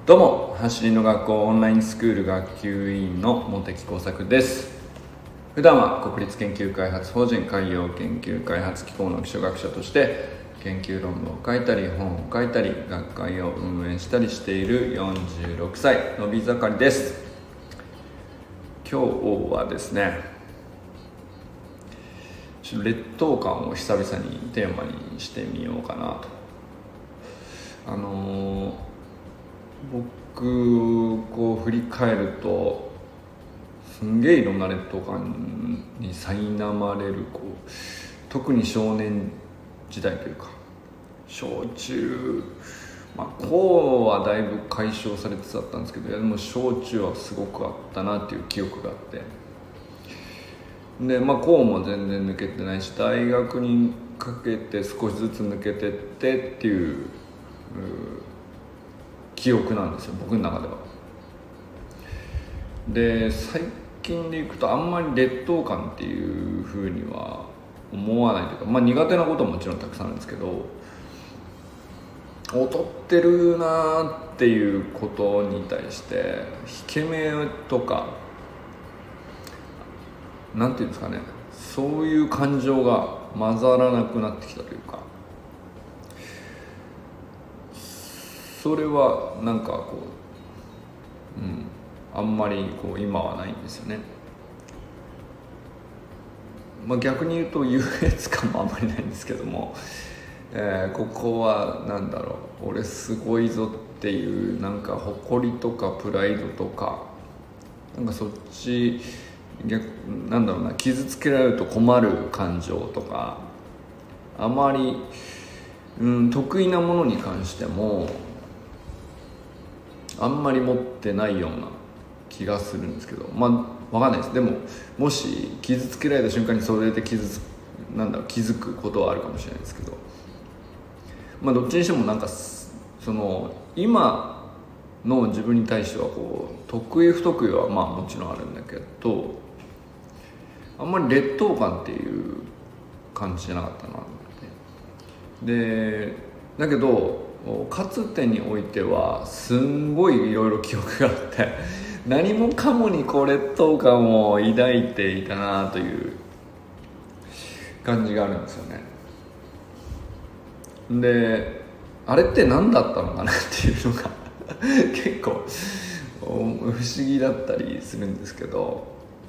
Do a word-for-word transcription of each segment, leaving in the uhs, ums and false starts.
どうも、走りの学校オンラインスクール学級委員の茂木耕作です。普段は国立研究開発法人海洋研究開発機構の基礎学者として研究論文を書いたり本を書いたり学会を運営したりしているよんじゅうろくさいのび盛りです。今日はですね、ちょっと劣等感を久々にテーマにしてみようかなと。あのー、僕こう振り返るとすんげえいろんな劣等感に苛まれるこう特に少年時代というか小中まあ高はだいぶ解消されつつあったんですけど、いやでも小中はすごくあったなっていう記憶があって、でまあ高も全然抜けてないし大学にかけて少しずつ抜けてってっていう、う記憶なんですよ、僕の中では。で最近でいくとあんまり劣等感っていうふうには思わないというか、まあ苦手なことももちろんたくさんあるんですけど、劣ってるなっていうことに対して引け目とかなんていうんですかね、そういう感情が混ざらなくなってきたというか、それはなんかこう、うん、あんまりこう今はないんですよね。まあ、逆に言うと優越感もあんまりないんですけども、えー、ここはなんだろう、俺すごいぞっていうなんか誇りとかプライドとかなんかそっち逆なんだろうな、傷つけられると困る感情とかあまり、うん、得意なものに関してもあんまり持ってないような気がするんですけど、まあ分かんないです。でももし傷つけられた瞬間にそれで傷つなんだろう気づくことはあるかもしれないですけど、まあどっちにしてもなんかその今の自分に対してはこう得意不得意はまあもちろんあるんだけど、あんまり劣等感っていう感じじゃなかったなって。でだけどかつてにおいてはすんごいいろいろ記憶があって何もかもにこう劣等感を抱いていたなという感じがあるんですよね。であれって何だったのかなっていうのが結構不思議だったりするんですけど、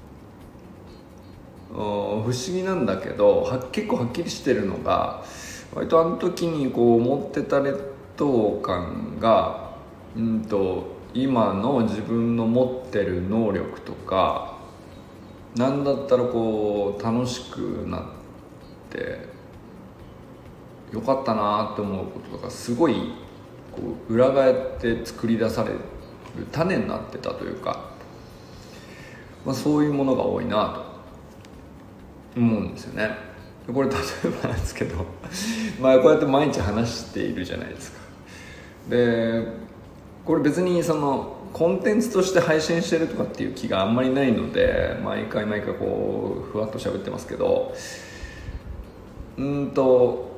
不思議なんだけどは結構はっきりしてるのが、割とあの時にこう思ってた劣等感が、うんと今の自分の持ってる能力とか、なんだったらこう楽しくなってよかったなって思うこととかすごいこう裏返って作り出される種になってたというか、まあ、そういうものが多いなと思うんですよね。これ例えばなんですけどまあこうやって毎日話しているじゃないですか。でこれ別にそのコンテンツとして配信してるとかっていう気があんまりないので毎回毎回こうふわっと喋ってますけど、うんと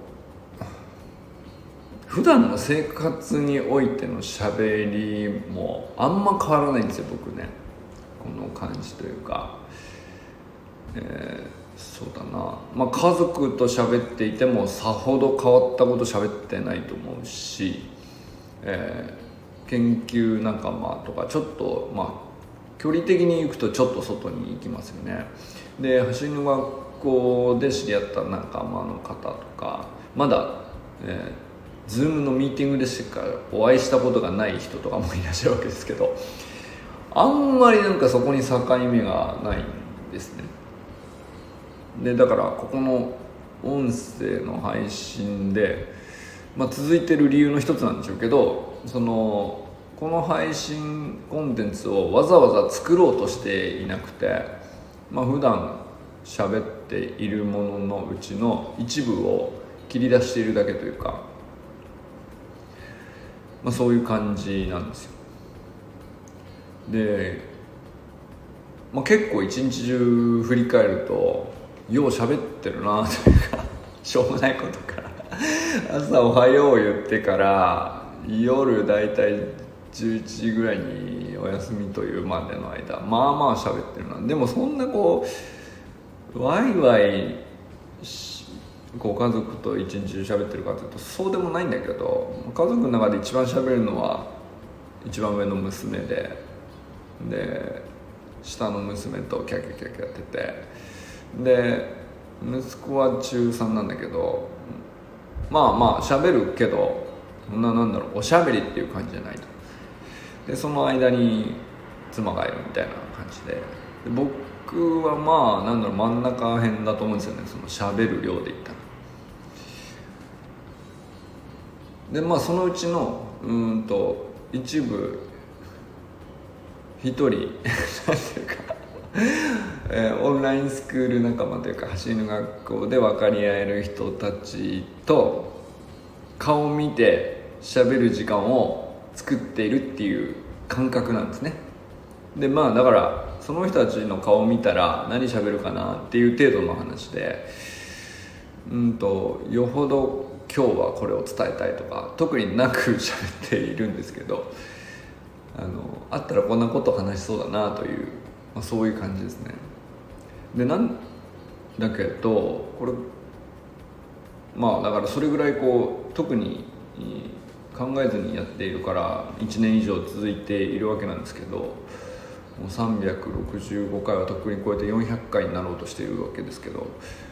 普段の生活においての喋りもあんま変わらないんですよ、僕ね。この感じというか、えー、そうだな、まあ家族と喋っていてもさほど変わったこと喋ってないと思うし、えー、研究仲間とかちょっとまあ距離的に行くとちょっと外に行きますよね。で走りの学校で知り合った仲間の方とかまだ、えー、ズームのミーティングでしかお会いしたことがない人とかもいらっしゃるわけですけど、あんまりなんかそこに境目がないんですね。でだからここの音声の配信で、まあ、続いてる理由の一つなんでしょうけど、そのこの配信コンテンツをわざわざ作ろうとしていなくて、まあ、普段喋っているもののうちの一部を切り出しているだけというか、まあ、そういう感じなんですよ。で、まあ、結構一日中振り返るとよう喋ってるなというかしょうもないことから朝おはよう言ってから夜だいたいじゅういちじぐらいにお休みというまでの間まあまあ喋ってるな。でもそんなこうワイワイご家族と一日中喋ってるかというとそうでもないんだけど、家族の中で一番喋るのは一番上の娘で、で下の娘とキャキャキャキャやってて、で息子はちゅうさんなんだけど、まあまあ喋るけどそんななんだろうおしゃべりっていう感じじゃないと。でその間に妻がいるみたいな感じ で, で僕はまあなんだろう真ん中辺だと思うんですよね、その喋る量で言ったら。でまあそのうちのうーんと一部一人なんていうかえー、オンラインスクール仲間というか走りの学校で分かり合える人たちと顔を見て喋る時間を作っているっていう感覚なんですね。でまあだからその人たちの顔を見たら何喋るかなっていう程度の話で、うんとよほど今日はこれを伝えたいとか特になく喋っているんですけど、あのあったらこんなこと話しそうだなという、まあ、そういう感じですね。でなんだけどこれまあだからそれぐらいこう特に考えずにやっているからいちねん以上続いているわけなんですけど、もうさんびゃくろくじゅうごかいはとっくに超えてよんひゃっかいになろうとしているわけですけど、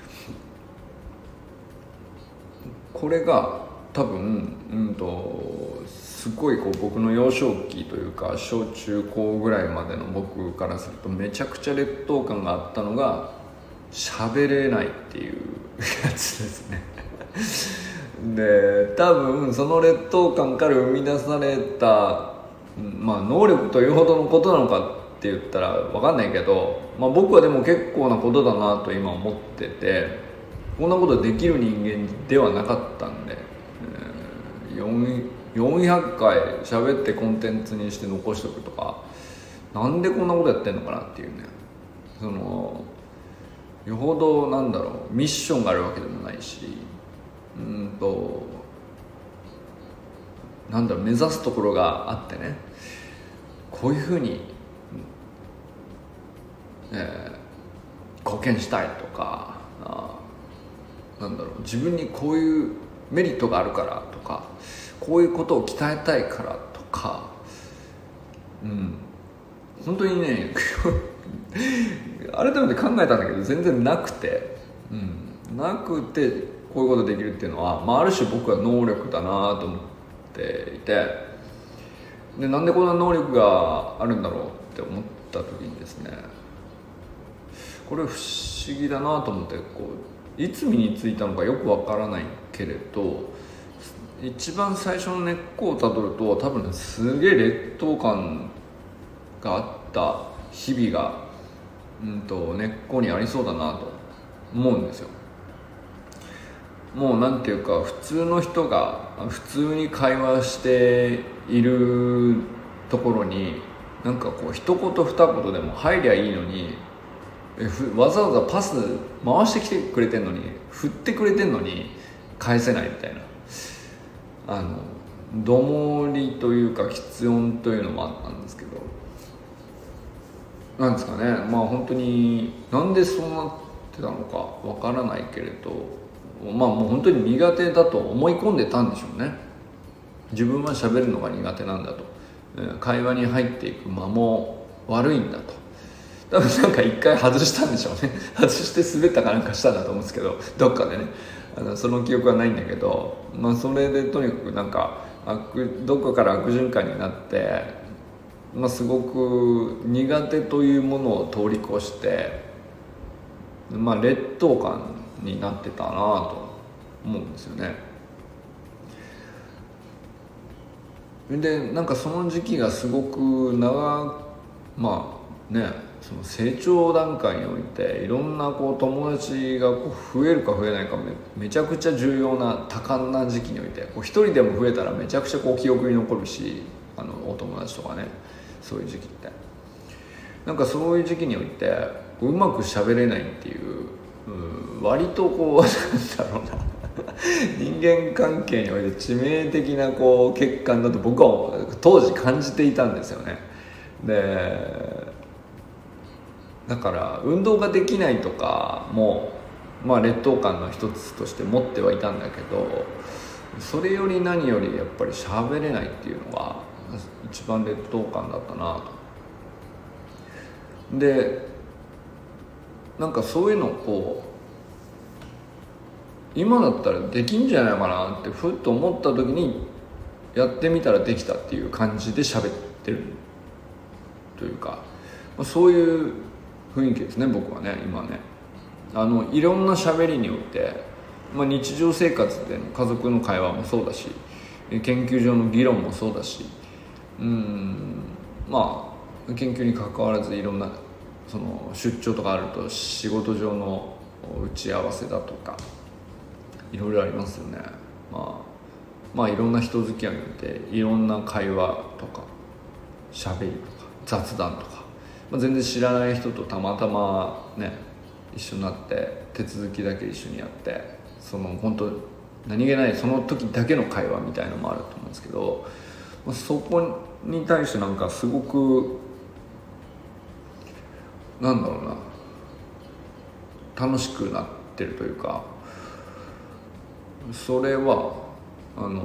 これが多分うんとすごいこう僕の幼少期というか小中高ぐらいまでの僕からするとめちゃくちゃ劣等感があったのが喋れないっていうやつですねで多分その劣等感から生み出された、まあ、能力というほどのことなのかって言ったら分かんないけど、まあ、僕はでも結構なことだなと今思ってて、こんなことできる人間ではなかったんで、えー、よんひゃっかい喋ってコンテンツにして残しておくとか、なんでこんなことやってんのかなっていうね、そのよほどなんだろうミッションがあるわけでもないし、うんとなんだろう目指すところがあってね、こういうふうに、えー、貢献したいとか、あなんだろう自分にこういうメリットがあるからとか、こういうことを鍛えたいからとか、うん本当にね改めて考えたんだけど全然なくて、うん、なくてこういうことできるっていうのは、まあ、ある種僕は能力だなと思っていて、でなんでこんな能力があるんだろうって思った時にですね、これ不思議だなと思って、こういつ身についたのかよくわからないけれど、一番最初の根っこをたどると多分すげえ劣等感があった日々が、うんと根っこにありそうだなと思うんですよ。もうなんていうか普通の人が普通に会話しているところになんかこう一言二言でも入りゃいいのに、えわざわざパス回してきてくれてんのに振ってくれてんのに返せないみたいな、あのどもりというか喫音というのもあったんですけど、なんですかね、まあ本当になんでそうなってたのかわからないけれど、まあもう本当に苦手だと思い込んでたんでしょうね。自分は喋るのが苦手なんだと、会話に入っていく間も悪いんだと、多分なんか一回外したんでしょうね外して滑ったかなんかしたんだと思うんですけど、どっかでね、あのその記憶はないんだけど、まあそれでとにかくなんか悪どっかから悪循環になって、まあ、すごく苦手というものを通り越して、まあ、劣等感になってたなと思うんですよね。でなんかその時期がすごく長まあねその成長段階においていろんなこう友達がこう増えるか増えないか め, めちゃくちゃ重要な多感な時期において、こう一人でも増えたらめちゃくちゃこう記憶に残るし、あのお友達とかね、そういう時期ってなんかそういう時期においてうまく喋れないっていう、うん、割とこうなんだろうな人間関係において致命的なこう欠陥だと僕は当時感じていたんですよね。でだから運動ができないとかも、まあ、劣等感の一つとして持ってはいたんだけど、それより何よりやっぱり喋れないっていうのが一番劣等感だったなと。でなんかそういうのをこう今だったらできんじゃないかなってふっと思った時にやってみたらできたっていう感じで喋ってるというか、まあ、そういう雰囲気ですね僕はね今ね。あのいろんな喋りによって、まあ、日常生活での家族の会話もそうだし研究上の議論もそうだし、うーんまあ研究に関わらずいろんなその出張とかあると仕事上の打ち合わせだとかいろいろありますよね。まあまあいろんな人付き合いによっていろんな会話とか喋りとか雑談とか、まあ、全然知らない人とたまたまね一緒になって手続きだけ一緒にやってその本当何気ないその時だけの会話みたいのもあると思うんですけど、まあ、そこに対してなんかすごくなんだろうな楽しくなってるというか、それはあの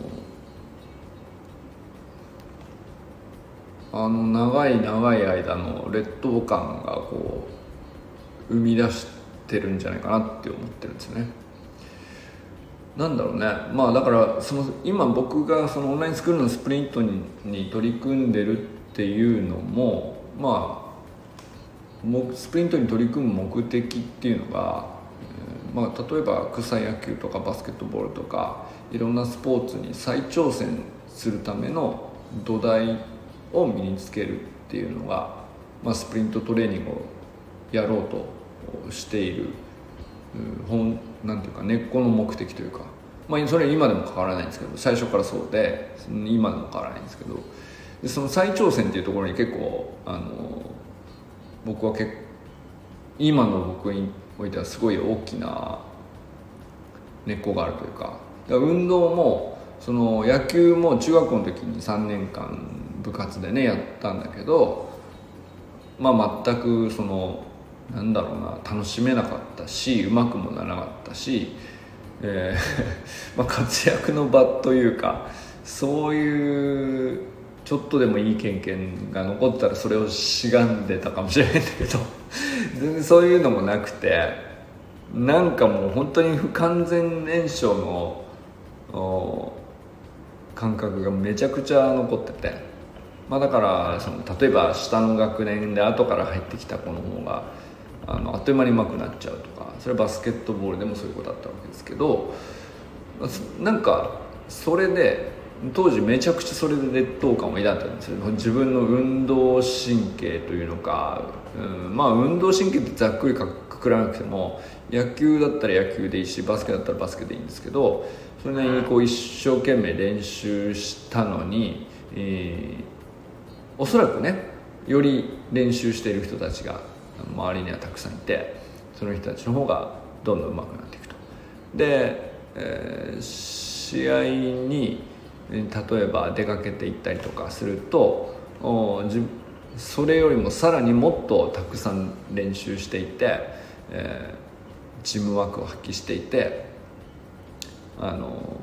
あの長い長い間の劣等感がこう生み出してるんじゃないかなって思ってるんですよね。なんだろうね、まあだからその今僕がそのオンラインスクールのスプリントに、に取り組んでるっていうのもまあスプリントに取り組む目的っていうのが、えーまあ、例えば草野球とかバスケットボールとかいろんなスポーツに再挑戦するための土台を身につけるっていうのが、まあ、スプリントトレーニングをやろうとしている本なんていうか根っこの目的というか、まあ、それは今でも変わらないんですけど最初からそうで今でも変わらないんですけど、でその再挑戦っていうところに結構あの僕は結今の僕においてはすごい大きな根っこがあるというか、だから運動もその野球も中学校の時にさんねんかん部活でねやったんだけど、まあ全くそのなんだろうな楽しめなかったしうまくもならなかったし、えーまあ、活躍の場というかそういうちょっとでもいい経験が残ったらそれをしがんでたかもしれないんだけど全然そういうのもなくて、なんかもう本当に不完全燃焼の感覚がめちゃくちゃ残ってて、まあ、だからその例えば下の学年で後から入ってきた子の方があのあっという間に上手くなっちゃうとか、それはバスケットボールでもそういうことだったわけですけど、なんかそれで当時めちゃくちゃそれで劣等感を抱いたんですよ。自分の運動神経というのか、うん、まあ運動神経ってざっくりくくらなくても野球だったら野球でいいしバスケだったらバスケでいいんですけど、それなりにこう一生懸命練習したのに、えー、おそらくねより練習している人たちが周りにはたくさんいて、その人たちの方がどんどん上手くなっていくと。で、えー、試合に例えば出かけていったりとかするとそれよりもさらにもっとたくさん練習していて、えー、チームワークを発揮していて、あの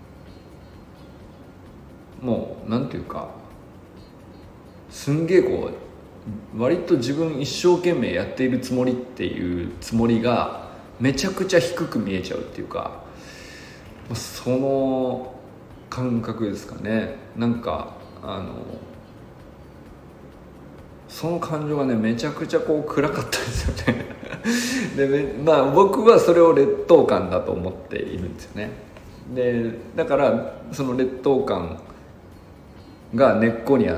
もうなんていうかすんげえこう割と自分一生懸命やっているつもりっていうつもりがめちゃくちゃ低く見えちゃうっていうか、その感覚ですかね。なんかあのその感情がねめちゃくちゃこう暗かったですよねで、まあ、僕はそれを劣等感だと思っているんですよね。でだからその劣等感が根っこにあって、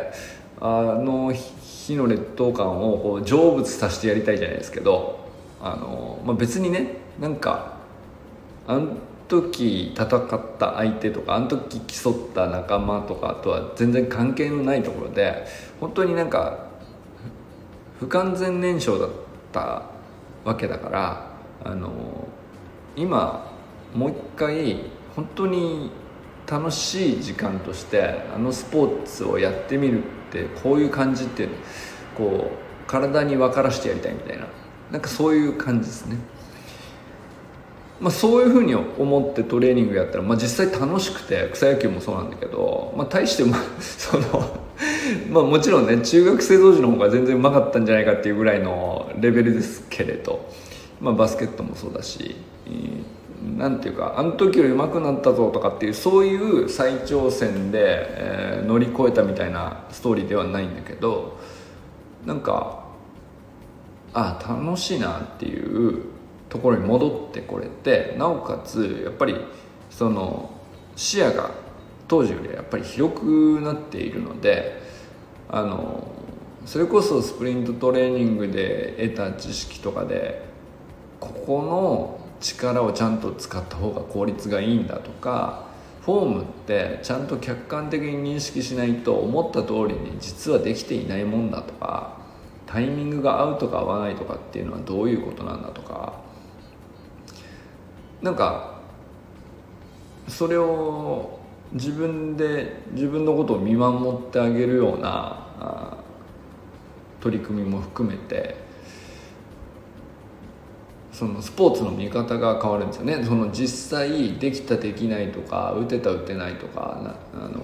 あの火の劣等感をこう成仏させてやりたいじゃないですけど、あの、まあ、別にねなんかあの時戦った相手とかあの時競った仲間とかとは全然関係のないところで本当になんか不完全燃焼だったわけだから、あの今もう一回本当に楽しい時間としてあのスポーツをやってみるってこういう感じっていうのこう体に分からしてやりたいみたいな、なんかそういう感じですね。まあ、そういうふうに思ってトレーニングやったら、まあ、実際楽しくて、草野球もそうなんだけど、まあ、大してまあそのまあもちろんね中学生同士の方が全然うまかったんじゃないかっていうぐらいのレベルですけれど、まあ、バスケットもそうだし、なんていうかあの時より上手くなったぞとかっていうそういう再挑戦で、えー、乗り越えたみたいなストーリーではないんだけど、なんかあ楽しいなっていうところに戻ってこれて、なおかつやっぱりその視野が当時よりやっぱり広くなっているので、あのそれこそスプリントトレーニングで得た知識とかでここの力をちゃんと使った方が効率がいいんだとか、フォームってちゃんと客観的に認識しないと思った通りに実はできていないもんだとか、タイミングが合うとか合わないとかっていうのはどういうことなんだとか、なんかそれを自分で自分のことを見守ってあげるような取り組みも含めて、そのスポーツの見方が変わるんですよね。その実際できたできないとか打てた打てないとか、あの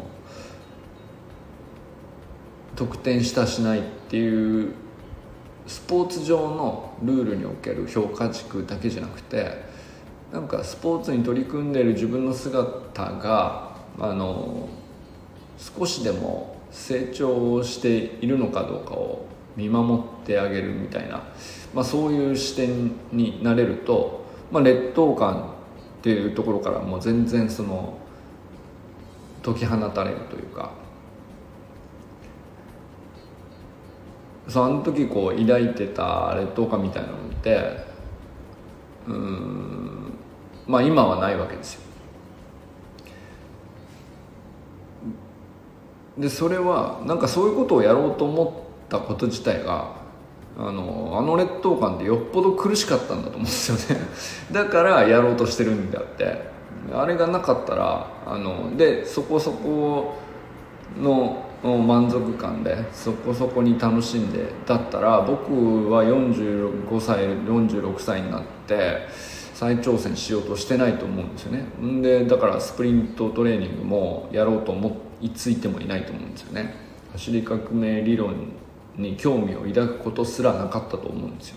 得点したしないっていうスポーツ上のルールにおける評価軸だけじゃなくて、なんかスポーツに取り組んでいる自分の姿があの少しでも成長しているのかどうかを見守ってあげるみたいな、まあ、そういう視点になれると、まあ、劣等感っていうところからもう全然その解き放たれるというか、その時こう抱いてた劣等感みたいなのってうーんまあ今はないわけですよ。でそれはなんかそういうことをやろうと思ったこと自体があのあの劣等感でよっぽど苦しかったんだと思うんですよねだからやろうとしてるんであって、あれがなかったらあのでそこそこの満足感でそこそこに楽しんでだったら、僕はよんじゅうごさいよんじゅうろくさいになって再挑戦しようとしてないと思うんですよね。でだからスプリントトレーニングもやろうと思いついてもいないと思うんですよね。走り革命理論に興味を抱くことすらなかったと思うんですよ。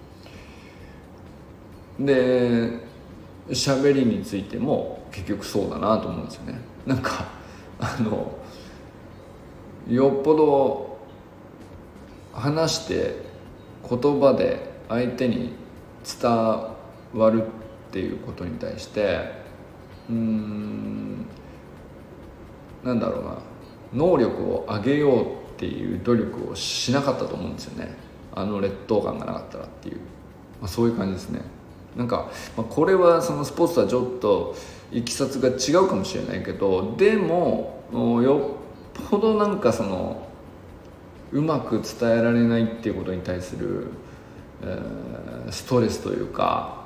で喋りについても結局そうだなと思うんですよね。なんかあのよっぽど話して言葉で相手に伝わるっていうことに対してうーんなんだろうな能力を上げようっていう努力をしなかったと思うんですよね。あの劣等感がなかったらっていう、まあ、そういう感じですね。なんか、まあ、これはそのスポーツとはちょっといきさつが違うかもしれないけど、でもよっぽどなんかそのうまく伝えられないっていうことに対する、えー、ストレスというか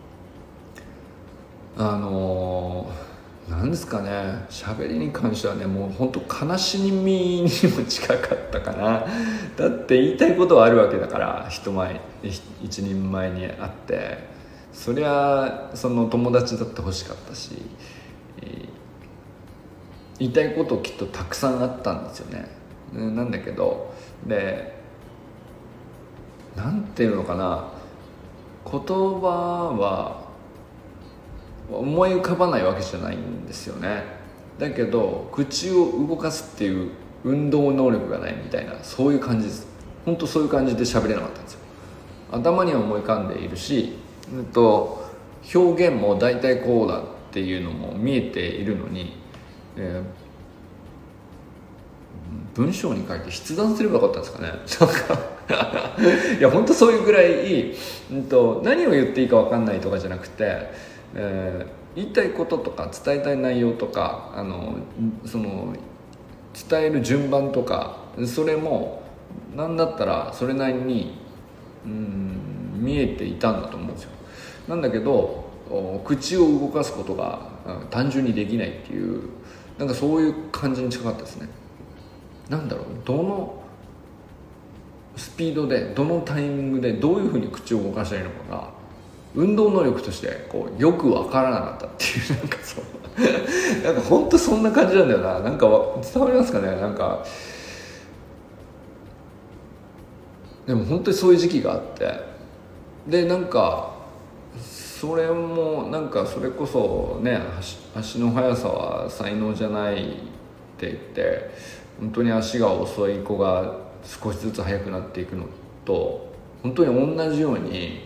あのーなんですかね、喋りに関してはねもう本当悲しみにも近かったかな。だって言いたいことはあるわけだから、人前一人前に会ってそりゃその友達だって欲しかったし、言いたいこときっとたくさんあったんですよね。なんだけどでなんていうのかな、言葉は思い浮かばないわけじゃないんですよね。だけど口を動かすっていう運動能力がないみたいな、そういう感じです。本当そういう感じで喋れなかったんですよ。頭には思い浮かんでいるし、うんと表現も大体こうだっていうのも見えているのに、えー、文章に書いて筆談すればよかったんですかね。なんかいや本当そういうぐらい、うんと何を言っていいか分かんないとかじゃなくて、えー、言いたいこととか伝えたい内容とかあのその伝える順番とかそれもなんだったらそれなりにうん見えていたんだと思うんですよ。なんだけど口を動かすことが単純にできないっていう、なんかそういう感じに近かったですね。なんだろう、どのスピードでどのタイミングでどういうふうに口を動かしたらいいのかが運動能力としてこうよく分からなかったっていう、なんかそうなんか本当そんな感じなんだよな。なんか伝わりますかね。なんかでも本当にそういう時期があって、でなんかそれもなんかそれこそね、足、足の速さは才能じゃないって言って、本当に足が遅い子が少しずつ速くなっていくのと本当に同じように、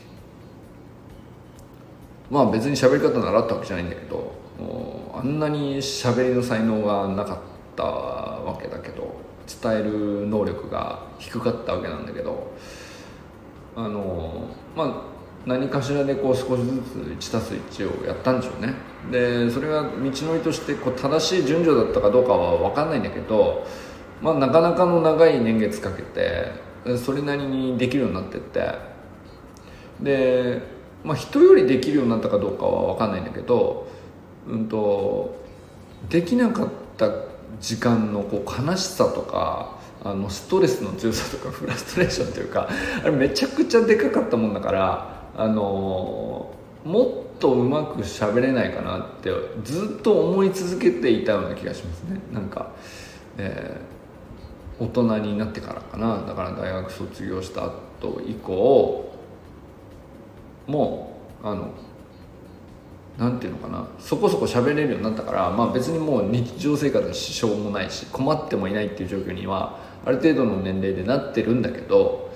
まあ別に喋り方習ったわけじゃないんだけど、あんなに喋りの才能がなかったわけだけど、伝える能力が低かったわけなんだけど、あのまあ何かしらでこう少しずついちたすいちをやったんでしょうね。でそれが道のりとしてこう正しい順序だったかどうかは分かんないんだけど、まあ、なかなかの長い年月かけてそれなりにできるようになってって、で、まあ、人よりできるようになったかどうかは分かんないんだけど、うんとできなかった時間のこう悲しさとか、あのストレスの強さとかフラストレーションというか、あれめちゃくちゃでかかったもんだから、あのもっとうまく喋れないかなってずっと思い続けていたような気がしますね。なんか、えー、大人になってからかな。だから大学卒業した後以降もうあのなんていうのかな、そこそこ喋れるようになったから、まあ、別にもう日常生活に支障もないし困ってもいないっていう状況にはある程度の年齢でなってるんだけど、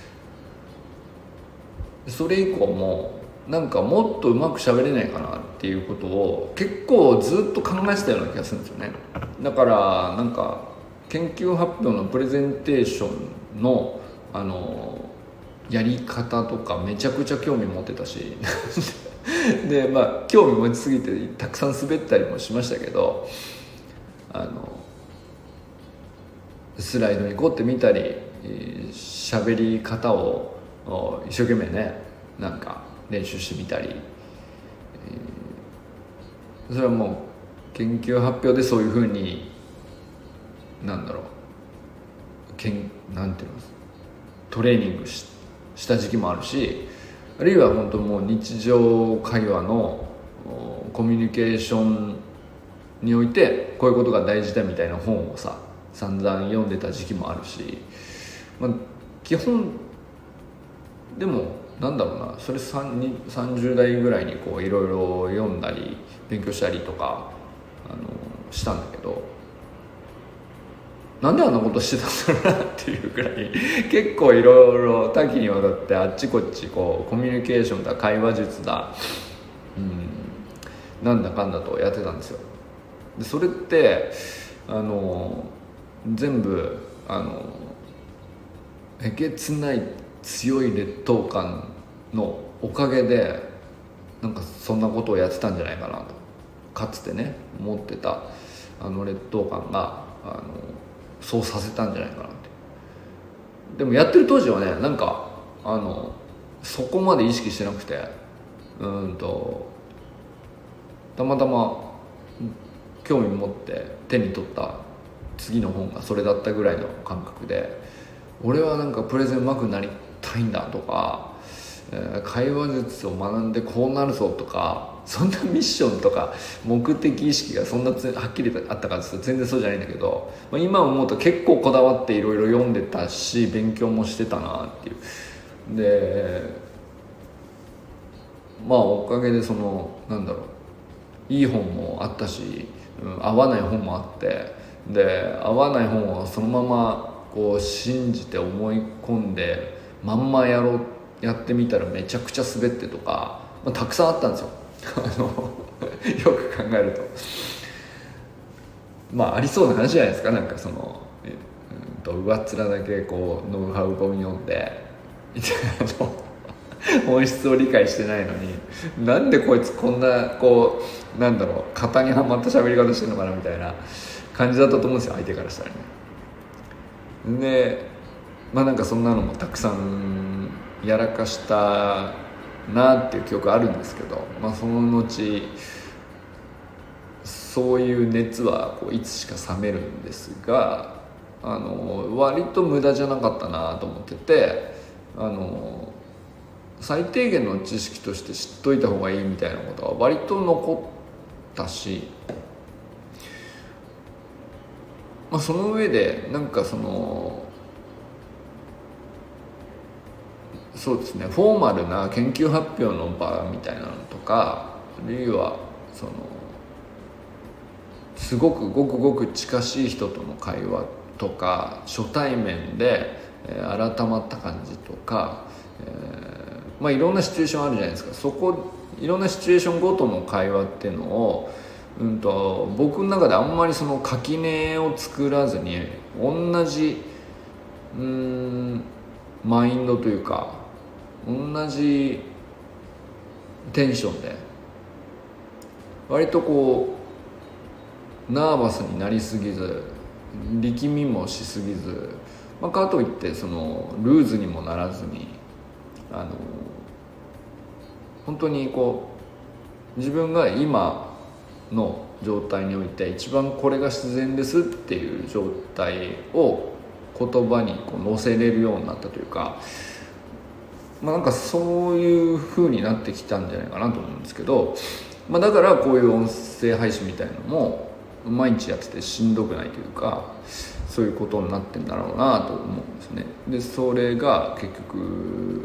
それ以降もなんかもっとうまく喋れないかなっていうことを結構ずっと考えてたような気がするんですよね。だからなんか研究発表のプレゼンテーションのあのやり方とかめちゃくちゃ興味持ってたしでまあ興味持ちすぎてたくさん滑ったりもしましたけど、あのスライドにこうって見たり喋り方を一生懸命ねなんか練習してみたり、それはもう研究発表でそういうふうになんだろうけんなんていうのトレーニング し, した時期もあるし、あるいは本当もう日常会話のコミュニケーションにおいてこういうことが大事だみたいな本をさ散々読んでた時期もあるし、まあ、基本でもなんだろうな、それさんじゅう代ぐらいにこういろいろ読んだり勉強したりとかあのしたんだけど、なんであんなことしてたんだろうなっていうくらい結構いろいろ多岐にわたってあっちこっちこうコミュニケーションだ会話術だ、うん、なんだかんだとやってたんですよ。でそれってあの全部あのえげつない強い劣等感のおかげでなんかそんなことをやってたんじゃないかなとかつてね思ってたあの劣等感があのそうさせたんじゃないかなって。でもやってる当時はねなんかあのそこまで意識してなくて、うんとたまたま興味持って手に取った次の本がそれだったぐらいの感覚で、俺はなんかプレゼン上手くなりたいんだとか、えー、会話術を学んでこうなるぞとか、そんなミッションとか目的意識がそんなつはっきりあったかって言ったら全然そうじゃないんだけど、まあ、今思うと結構こだわっていろいろ読んでたし勉強もしてたなっていう。でまあおかげでそのなんだろういい本もあったし、うん、合わない本もあって、で合わない本をそのままこう信じて思い込んでまんまやろうやってみたらめちゃくちゃ滑ってとか、まあ、たくさんあったんですよあのよく考えるとまあありそうな話じゃないですか。なんかその、うん、と上っ面だけこうノウハウ本読んであの本質を理解してないのになんでこいつこんなこうなんだろう型にはまった喋り方してるのかなみたいな感じだったと思うんですよ、相手からしたらね。でまあなんかそんなのもたくさんやらかしたなっていう記憶あるんですけど、まあ、その後そういう熱はこういつしか冷めるんですが、あの割と無駄じゃなかったなと思ってて、あの最低限の知識として知っといた方がいいみたいなことは割と残ったし、まあ、その上でなんかそのそうですね、フォーマルな研究発表の場みたいなのとか、あるいはそのすごくごくごく近しい人との会話とか、初対面で、えー、改まった感じとか、えー、まあいろんなシチュエーションあるじゃないですか。そこいろんなシチュエーションごとの会話っていうのを、うんと、僕の中であんまりその垣根を作らずに同じうーんマインドというか同じテンションで割とこうナーバスになりすぎず力みもしすぎず、まあ、かといってそのルーズにもならずに、あの本当にこう自分が今の状態において一番これが自然ですっていう状態を言葉にこう乗せれるようになったというか、まあ、なんかそういう風になってきたんじゃないかなと思うんですけど、まあ、だからこういう音声配信みたいなのも毎日やっててしんどくないというか、そういうことになってんだろうなと思うんですね。でそれが結局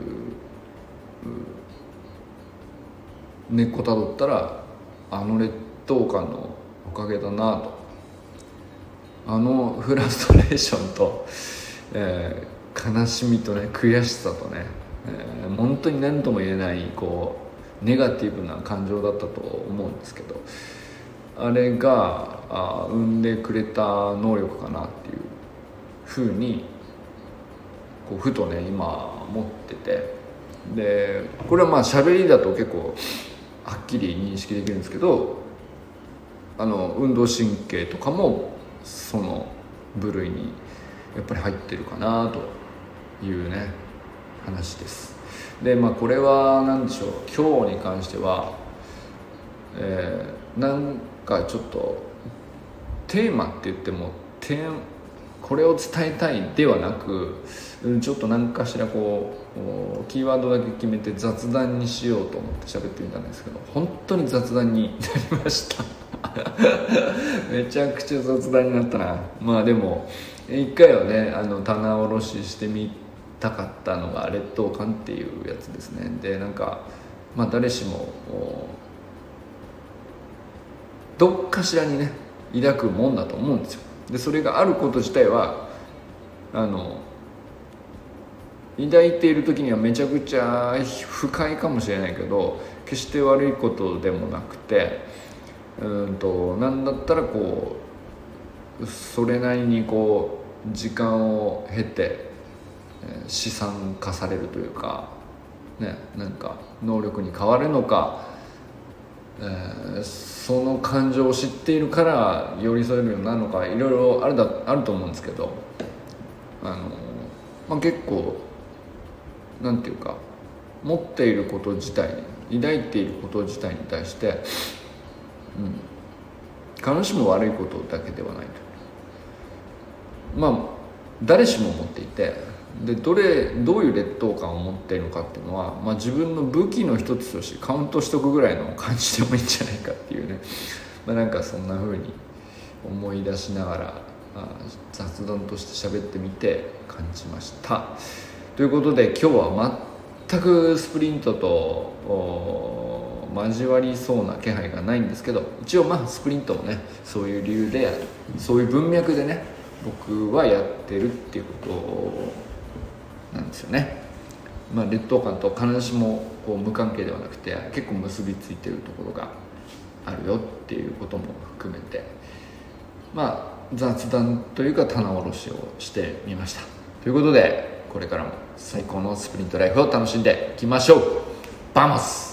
根っこたどったらあの劣等感のおかげだなと、あのフラストレーションと、えー、悲しみとね悔しさとね、えー、本当に何とも言えないこうネガティブな感情だったと思うんですけど、あれがあ生んでくれた能力かなっていうふうにこうふとね今思ってて、でこれはまあ喋りだと結構はっきり認識できるんですけど、あの運動神経とかもその部類にやっぱり入ってるかなというね話です。でまあこれは何でしょう、今日に関しては、えー、なんかちょっとテーマって言ってもテーこれを伝えたいではなく、ちょっと何かしらこうキーワードだけ決めて雑談にしようと思って喋ってみたんですけど、本当に雑談になりましためちゃくちゃ雑談になったな。まあでも一回はねあの棚卸ししてみたかったのが劣等感っていうやつですね。でなんかまあ誰しもどっかしらにね抱くもんだと思うんですよ。でそれがあること自体はあの抱いている時にはめちゃくちゃ不快かもしれないけど、決して悪いことでもなくて、うんとなんだったらこうそれなりにこう時間を経て資産化されるというかね、なんか能力に変わるのか、えー、その感情を知っているから寄り添えるようになるのか、いろいろあるだあると思うんですけど、あの、まあ、結構なんていうか持っていること自体に抱いていること自体に対して、うん、必ずしも悪いことだけではないと。まあ誰しも持っていて、でどれどういう劣等感を持っているのかっていうのは、まあ、自分の武器の一つとしてカウントしとくぐらいの感じでもいいんじゃないかっていうね、まあ、なんかそんな風に思い出しながら雑談として喋ってみて感じました。ということで今日は全くスプリントと交わりそうな気配がないんですけど、一応まあスプリントもねそういう理由でそういう文脈でね僕はやってるっていうことなんですよね。まあ劣等感と必ずしもこう無関係ではなくて結構結びついてるところがあるよっていうことも含めて、まあ雑談というか棚卸しをしてみました。ということでこれからも最高のスプリントライフを楽しんでいきましょう。バモス。